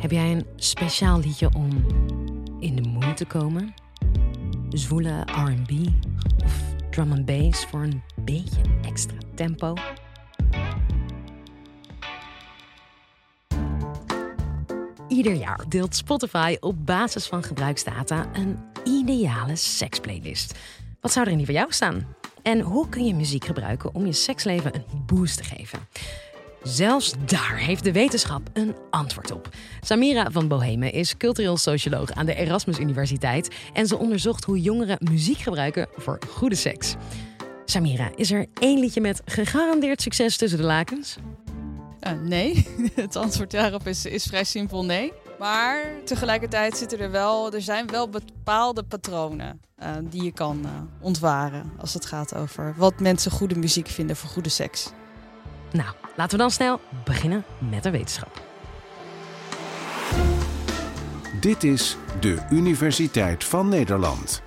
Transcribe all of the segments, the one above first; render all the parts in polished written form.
Heb jij een speciaal liedje om in de mood te komen? Zwoele R&B of drum and bass voor een beetje extra tempo? Ieder jaar deelt Spotify op basis van gebruiksdata een ideale seksplaylist. Wat zou er in die voor jou staan? En hoe kun je muziek gebruiken om je seksleven een boost te geven? Zelfs daar heeft de wetenschap een antwoord op. Samira van Bohemen is cultureel socioloog aan de Erasmus Universiteit en ze onderzocht hoe jongeren muziek gebruiken voor goede seks. Samira, is er één liedje met gegarandeerd succes tussen de lakens? Nee, het antwoord daarop is vrij simpel nee. Maar tegelijkertijd er zijn wel bepaalde patronen die je kan ontwaren als het gaat over wat mensen goede muziek vinden voor goede seks. Nou, laten we dan snel beginnen met de wetenschap. Dit is de Universiteit van Nederland.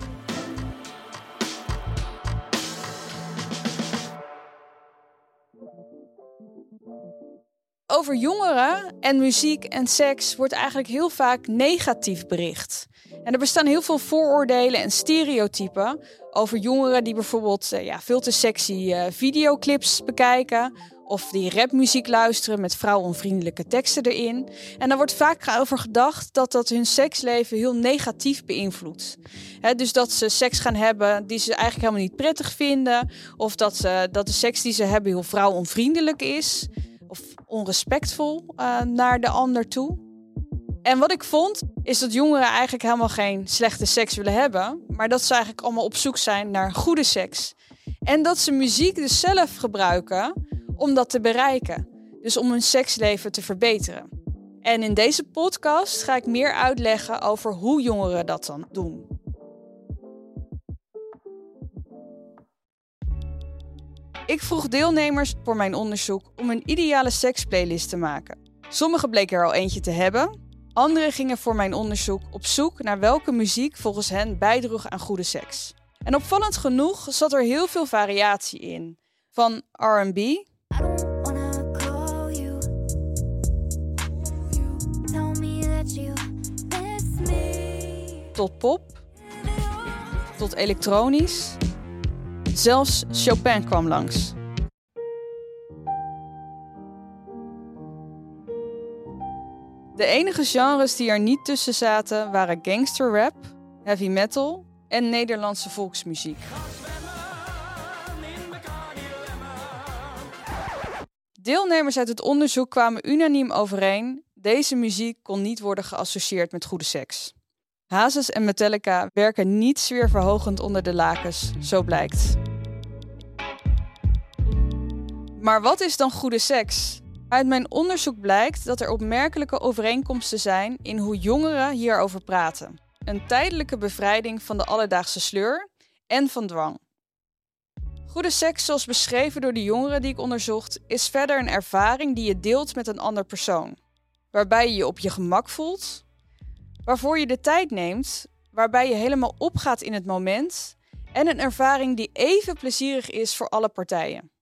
Over jongeren en muziek en seks wordt eigenlijk heel vaak negatief bericht. En er bestaan heel veel vooroordelen en stereotypen over jongeren die bijvoorbeeld veel te sexy videoclips bekijken of die rapmuziek luisteren met vrouwonvriendelijke teksten erin. En daar wordt vaak over gedacht dat hun seksleven heel negatief beïnvloedt. Dus dat ze seks gaan hebben die ze eigenlijk helemaal niet prettig vinden, of dat de seks die ze hebben heel vrouwonvriendelijk is of onrespectvol naar de ander toe. En wat ik vond, is dat jongeren eigenlijk helemaal geen slechte seks willen hebben, maar dat ze eigenlijk allemaal op zoek zijn naar goede seks. En dat ze muziek dus zelf gebruiken om dat te bereiken. Dus om hun seksleven te verbeteren. En in deze podcast ga ik meer uitleggen over hoe jongeren dat dan doen. Ik vroeg deelnemers voor mijn onderzoek om een ideale seksplaylist te maken. Sommigen bleken er al eentje te hebben. Anderen gingen voor mijn onderzoek op zoek naar welke muziek volgens hen bijdroeg aan goede seks. En opvallend genoeg zat er heel veel variatie in. Van R&B tot pop, tot elektronisch. Zelfs Chopin kwam langs. De enige genres die er niet tussen zaten waren gangsterrap, heavy metal en Nederlandse volksmuziek. Deelnemers uit het onderzoek kwamen unaniem overeen: deze muziek kon niet worden geassocieerd met goede seks. Hazes en Metallica werken niet sfeerverhogend onder de lakens, zo blijkt. Maar wat is dan goede seks? Uit mijn onderzoek blijkt dat er opmerkelijke overeenkomsten zijn in hoe jongeren hierover praten. Een tijdelijke bevrijding van de alledaagse sleur en van dwang. Goede seks, zoals beschreven door de jongeren die ik onderzocht, is verder een ervaring die je deelt met een ander persoon. Waarbij je je op je gemak voelt, waarvoor je de tijd neemt, waarbij je helemaal opgaat in het moment en een ervaring die even plezierig is voor alle partijen.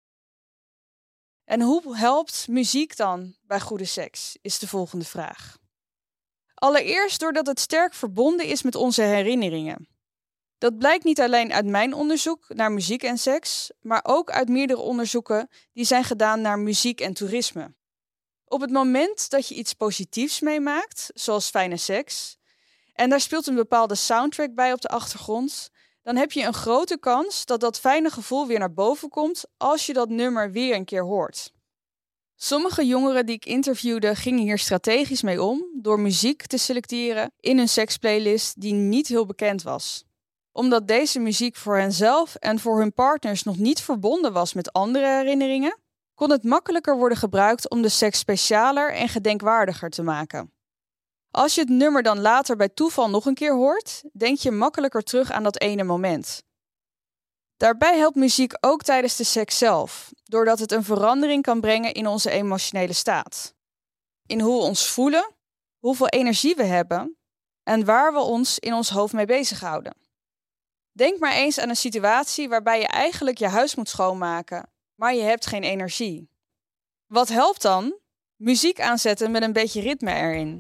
En hoe helpt muziek dan bij goede seks, is de volgende vraag. Allereerst doordat het sterk verbonden is met onze herinneringen. Dat blijkt niet alleen uit mijn onderzoek naar muziek en seks, maar ook uit meerdere onderzoeken die zijn gedaan naar muziek en toerisme. Op het moment dat je iets positiefs meemaakt, zoals fijne seks, en daar speelt een bepaalde soundtrack bij op de achtergrond, dan heb je een grote kans dat dat fijne gevoel weer naar boven komt als je dat nummer weer een keer hoort. Sommige jongeren die ik interviewde gingen hier strategisch mee om door muziek te selecteren in hun seksplaylist die niet heel bekend was. Omdat deze muziek voor henzelf en voor hun partners nog niet verbonden was met andere herinneringen, kon het makkelijker worden gebruikt om de seks specialer en gedenkwaardiger te maken. Als je het nummer dan later bij toeval nog een keer hoort, denk je makkelijker terug aan dat ene moment. Daarbij helpt muziek ook tijdens de seks zelf, doordat het een verandering kan brengen in onze emotionele staat. In hoe we ons voelen, hoeveel energie we hebben en waar we ons in ons hoofd mee bezighouden. Denk maar eens aan een situatie waarbij je eigenlijk je huis moet schoonmaken, maar je hebt geen energie. Wat helpt dan? Muziek aanzetten met een beetje ritme erin.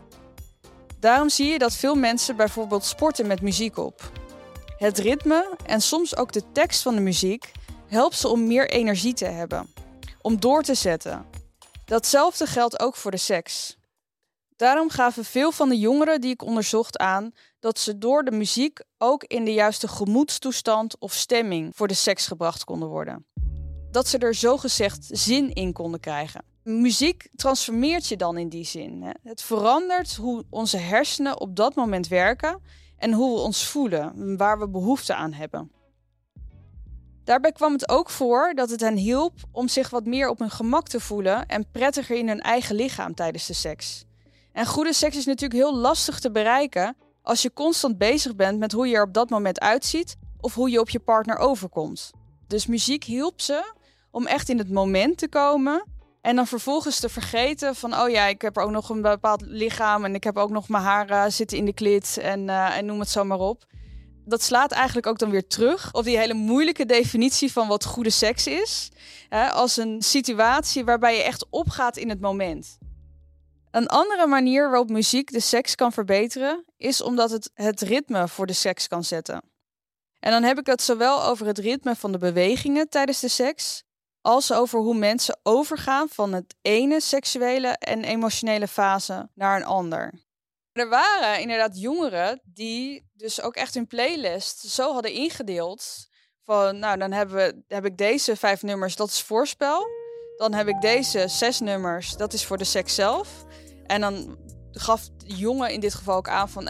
Daarom zie je dat veel mensen bijvoorbeeld sporten met muziek op. Het ritme en soms ook de tekst van de muziek helpt ze om meer energie te hebben, om door te zetten. Datzelfde geldt ook voor de seks. Daarom gaven veel van de jongeren die ik onderzocht aan dat ze door de muziek ook in de juiste gemoedstoestand of stemming voor de seks gebracht konden worden. Dat ze er zogezegd zin in konden krijgen. Muziek transformeert je dan in die zin. Hè? Het verandert hoe onze hersenen op dat moment werken en hoe we ons voelen, waar we behoefte aan hebben. Daarbij kwam het ook voor dat het hen hielp om zich wat meer op hun gemak te voelen en prettiger in hun eigen lichaam tijdens de seks. En goede seks is natuurlijk heel lastig te bereiken als je constant bezig bent met hoe je er op dat moment uitziet of hoe je op je partner overkomt. Dus muziek hielp ze om echt in het moment te komen en dan vervolgens te vergeten van oh ja, ik heb ook nog een bepaald lichaam en ik heb ook nog mijn haren zitten in de klit en noem het zo maar op. Dat slaat eigenlijk ook dan weer terug op die hele moeilijke definitie van wat goede seks is. Als een situatie waarbij je echt opgaat in het moment. Een andere manier waarop muziek de seks kan verbeteren is omdat het ritme voor de seks kan zetten. En dan heb ik het zowel over het ritme van de bewegingen tijdens de seks, als over hoe mensen overgaan van het ene seksuele en emotionele fase naar een ander. Er waren inderdaad jongeren die dus ook echt hun playlist zo hadden ingedeeld van, nou dan heb ik deze 5 nummers, dat is voorspel. Dan heb ik deze 6 nummers, dat is voor de seks zelf. En dan gaf de jongen in dit geval ook aan van,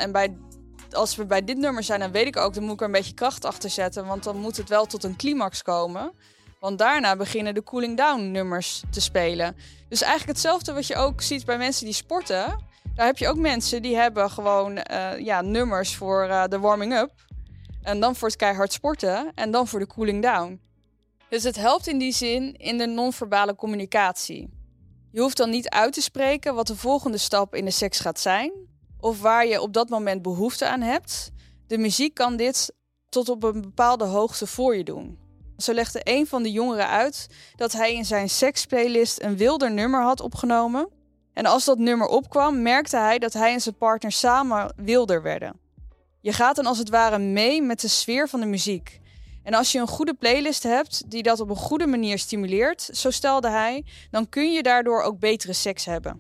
als we bij dit nummer zijn, dan weet ik ook, dan moet ik er een beetje kracht achter zetten, want dan moet het wel tot een climax komen. Want daarna beginnen de cooling down nummers te spelen. Dus eigenlijk hetzelfde wat je ook ziet bij mensen die sporten. Daar heb je ook mensen die hebben gewoon nummers voor de warming up. En dan voor het keihard sporten. En dan voor de cooling down. Dus het helpt in die zin in de non-verbale communicatie. Je hoeft dan niet uit te spreken wat de volgende stap in de seks gaat zijn. Of waar je op dat moment behoefte aan hebt. De muziek kan dit tot op een bepaalde hoogte voor je doen. Zo legde een van de jongeren uit dat hij in zijn seksplaylist een wilder nummer had opgenomen. En als dat nummer opkwam, merkte hij dat hij en zijn partner samen wilder werden. Je gaat dan als het ware mee met de sfeer van de muziek. En als je een goede playlist hebt die dat op een goede manier stimuleert, zo stelde hij, dan kun je daardoor ook betere seks hebben.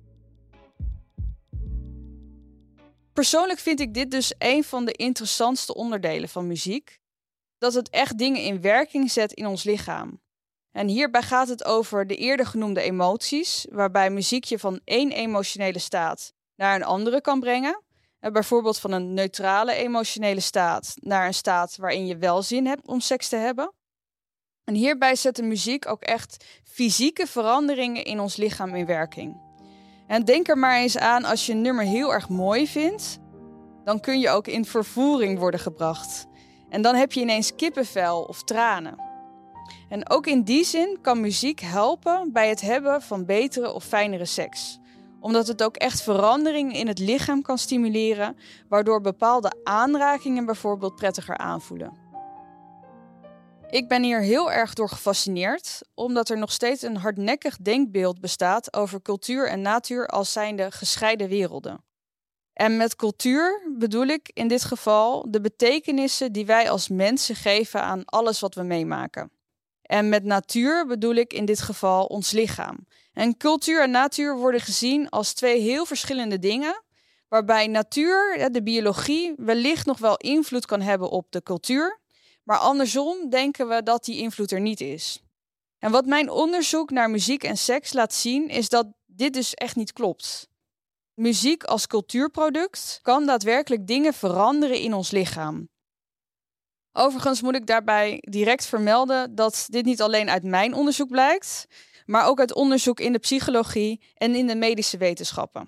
Persoonlijk vind ik dit dus een van de interessantste onderdelen van muziek. Dat het echt dingen in werking zet in ons lichaam. En hierbij gaat het over de eerder genoemde emoties, waarbij muziek je van één emotionele staat naar een andere kan brengen. Bijvoorbeeld van een neutrale emotionele staat naar een staat waarin je wel zin hebt om seks te hebben. En hierbij zet de muziek ook echt fysieke veranderingen in ons lichaam in werking. En denk er maar eens aan, als je een nummer heel erg mooi vindt, dan kun je ook in vervoering worden gebracht. En dan heb je ineens kippenvel of tranen. En ook in die zin kan muziek helpen bij het hebben van betere of fijnere seks. Omdat het ook echt veranderingen in het lichaam kan stimuleren, waardoor bepaalde aanrakingen bijvoorbeeld prettiger aanvoelen. Ik ben hier heel erg door gefascineerd, omdat er nog steeds een hardnekkig denkbeeld bestaat over cultuur en natuur als zijnde gescheiden werelden. En met cultuur bedoel ik in dit geval de betekenissen die wij als mensen geven aan alles wat we meemaken. En met natuur bedoel ik in dit geval ons lichaam. En cultuur en natuur worden gezien als twee heel verschillende dingen, waarbij natuur, de biologie, wellicht nog wel invloed kan hebben op de cultuur, maar andersom denken we dat die invloed er niet is. En wat mijn onderzoek naar muziek en seks laat zien, is dat dit dus echt niet klopt. Muziek als cultuurproduct kan daadwerkelijk dingen veranderen in ons lichaam. Overigens moet ik daarbij direct vermelden dat dit niet alleen uit mijn onderzoek blijkt, maar ook uit onderzoek in de psychologie en in de medische wetenschappen.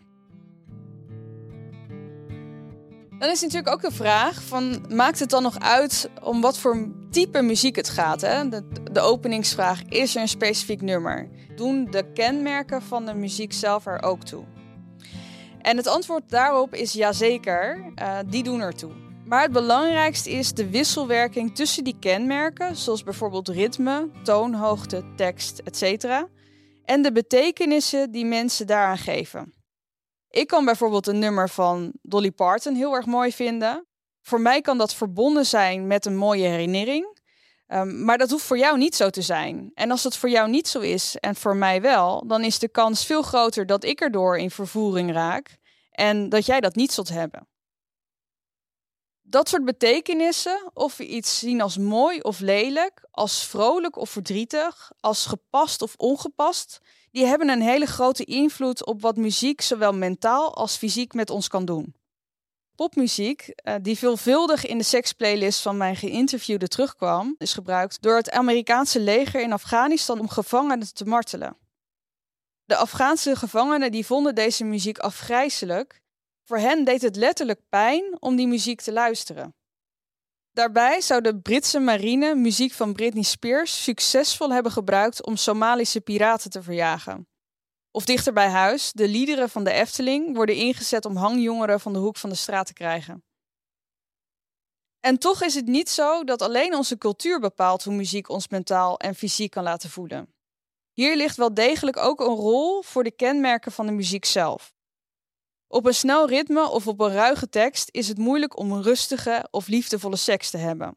Dan is natuurlijk ook de vraag van, maakt het dan nog uit om wat voor type muziek het gaat? Hè? De openingsvraag, is er een specifiek nummer? Doen de kenmerken van de muziek zelf er ook toe? En het antwoord daarop is jazeker, die doen er toe. Maar het belangrijkste is de wisselwerking tussen die kenmerken, zoals bijvoorbeeld ritme, toonhoogte, tekst, etc. en de betekenissen die mensen daaraan geven. Ik kan bijvoorbeeld een nummer van Dolly Parton heel erg mooi vinden. Voor mij kan dat verbonden zijn met een mooie herinnering. Maar dat hoeft voor jou niet zo te zijn. En als het voor jou niet zo is en voor mij wel, dan is de kans veel groter dat ik erdoor in vervoering raak en dat jij dat niet zult hebben. Dat soort betekenissen, of we iets zien als mooi of lelijk, als vrolijk of verdrietig, als gepast of ongepast, die hebben een hele grote invloed op wat muziek zowel mentaal als fysiek met ons kan doen. Popmuziek, die veelvuldig in de seksplaylist van mijn geïnterviewde terugkwam, is gebruikt door het Amerikaanse leger in Afghanistan om gevangenen te martelen. De Afghaanse gevangenen die vonden deze muziek afgrijselijk. Voor hen deed het letterlijk pijn om die muziek te luisteren. Daarbij zou de Britse marine muziek van Britney Spears succesvol hebben gebruikt om Somalische piraten te verjagen. Of dichter bij huis, de liederen van de Efteling worden ingezet om hangjongeren van de hoek van de straat te krijgen. En toch is het niet zo dat alleen onze cultuur bepaalt hoe muziek ons mentaal en fysiek kan laten voelen. Hier ligt wel degelijk ook een rol voor de kenmerken van de muziek zelf. Op een snel ritme of op een ruige tekst is het moeilijk om een rustige of liefdevolle seks te hebben.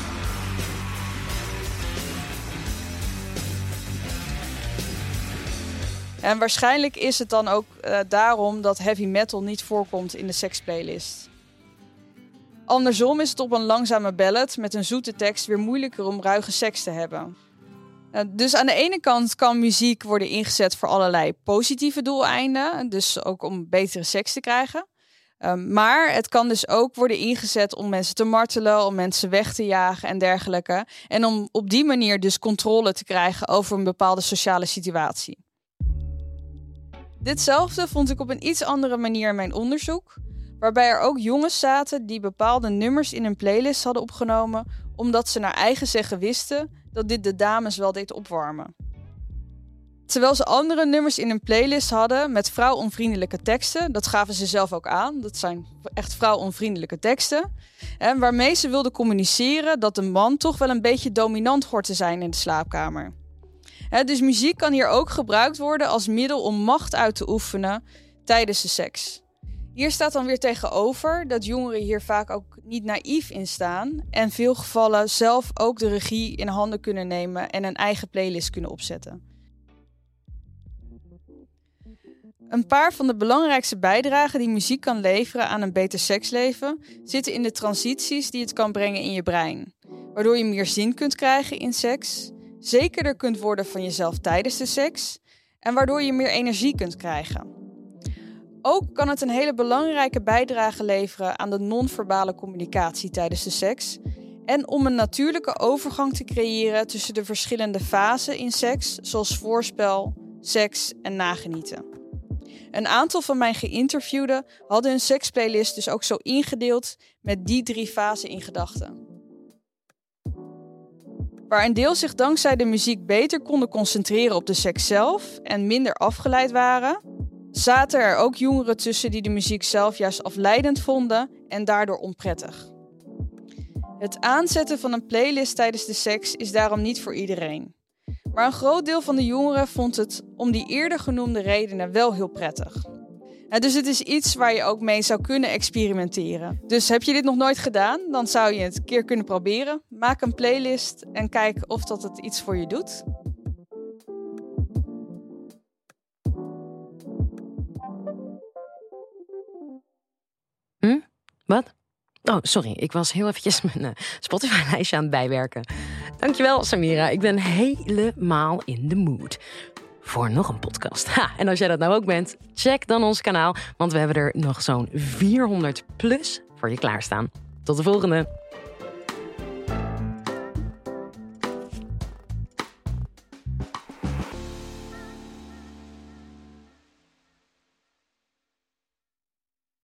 En waarschijnlijk is het dan ook daarom dat heavy metal niet voorkomt in de seksplaylist. Andersom is het op een langzame ballad met een zoete tekst weer moeilijker om ruige seks te hebben. Dus aan de ene kant kan muziek worden ingezet voor allerlei positieve doeleinden, dus ook om betere seks te krijgen. Maar het kan dus ook worden ingezet om mensen te martelen, om mensen weg te jagen en dergelijke. En om op die manier dus controle te krijgen over een bepaalde sociale situatie. Ditzelfde vond ik op een iets andere manier in mijn onderzoek, waarbij er ook jongens zaten die bepaalde nummers in een playlist hadden opgenomen, omdat ze naar eigen zeggen wisten dat dit de dames wel deed opwarmen. Terwijl ze andere nummers in een playlist hadden met vrouwonvriendelijke teksten, dat gaven ze zelf ook aan, dat zijn echt vrouwonvriendelijke teksten, en waarmee ze wilden communiceren dat de man toch wel een beetje dominant hoort te zijn in de slaapkamer. Dus muziek kan hier ook gebruikt worden als middel om macht uit te oefenen tijdens de seks. Hier staat dan weer tegenover dat jongeren hier vaak ook niet naïef in staan en in veel gevallen zelf ook de regie in handen kunnen nemen en een eigen playlist kunnen opzetten. Een paar van de belangrijkste bijdragen die muziek kan leveren aan een beter seksleven zitten in de transities die het kan brengen in je brein, waardoor je meer zin kunt krijgen in seks, zekerder kunt worden van jezelf tijdens de seks en waardoor je meer energie kunt krijgen. Ook kan het een hele belangrijke bijdrage leveren aan de non-verbale communicatie tijdens de seks en om een natuurlijke overgang te creëren tussen de verschillende fasen in seks, zoals voorspel, seks en nagenieten. Een aantal van mijn geïnterviewden hadden hun seksplaylist dus ook zo ingedeeld met die 3 fasen in gedachten. Waar een deel zich dankzij de muziek beter konden concentreren op de seks zelf en minder afgeleid waren, zaten er ook jongeren tussen die de muziek zelf juist afleidend vonden en daardoor onprettig. Het aanzetten van een playlist tijdens de seks is daarom niet voor iedereen. Maar een groot deel van de jongeren vond het om die eerder genoemde redenen wel heel prettig. Dus het is iets waar je ook mee zou kunnen experimenteren. Dus heb je dit nog nooit gedaan, dan zou je het een keer kunnen proberen. Maak een playlist en kijk of dat het iets voor je doet. Wat? Oh, sorry. Ik was heel eventjes mijn Spotify-lijstje aan het bijwerken. Dankjewel, Samira. Ik ben helemaal in de mood voor nog een podcast. En als jij dat nou ook bent, check dan ons kanaal, want we hebben er nog zo'n 400 plus voor je klaarstaan. Tot de volgende!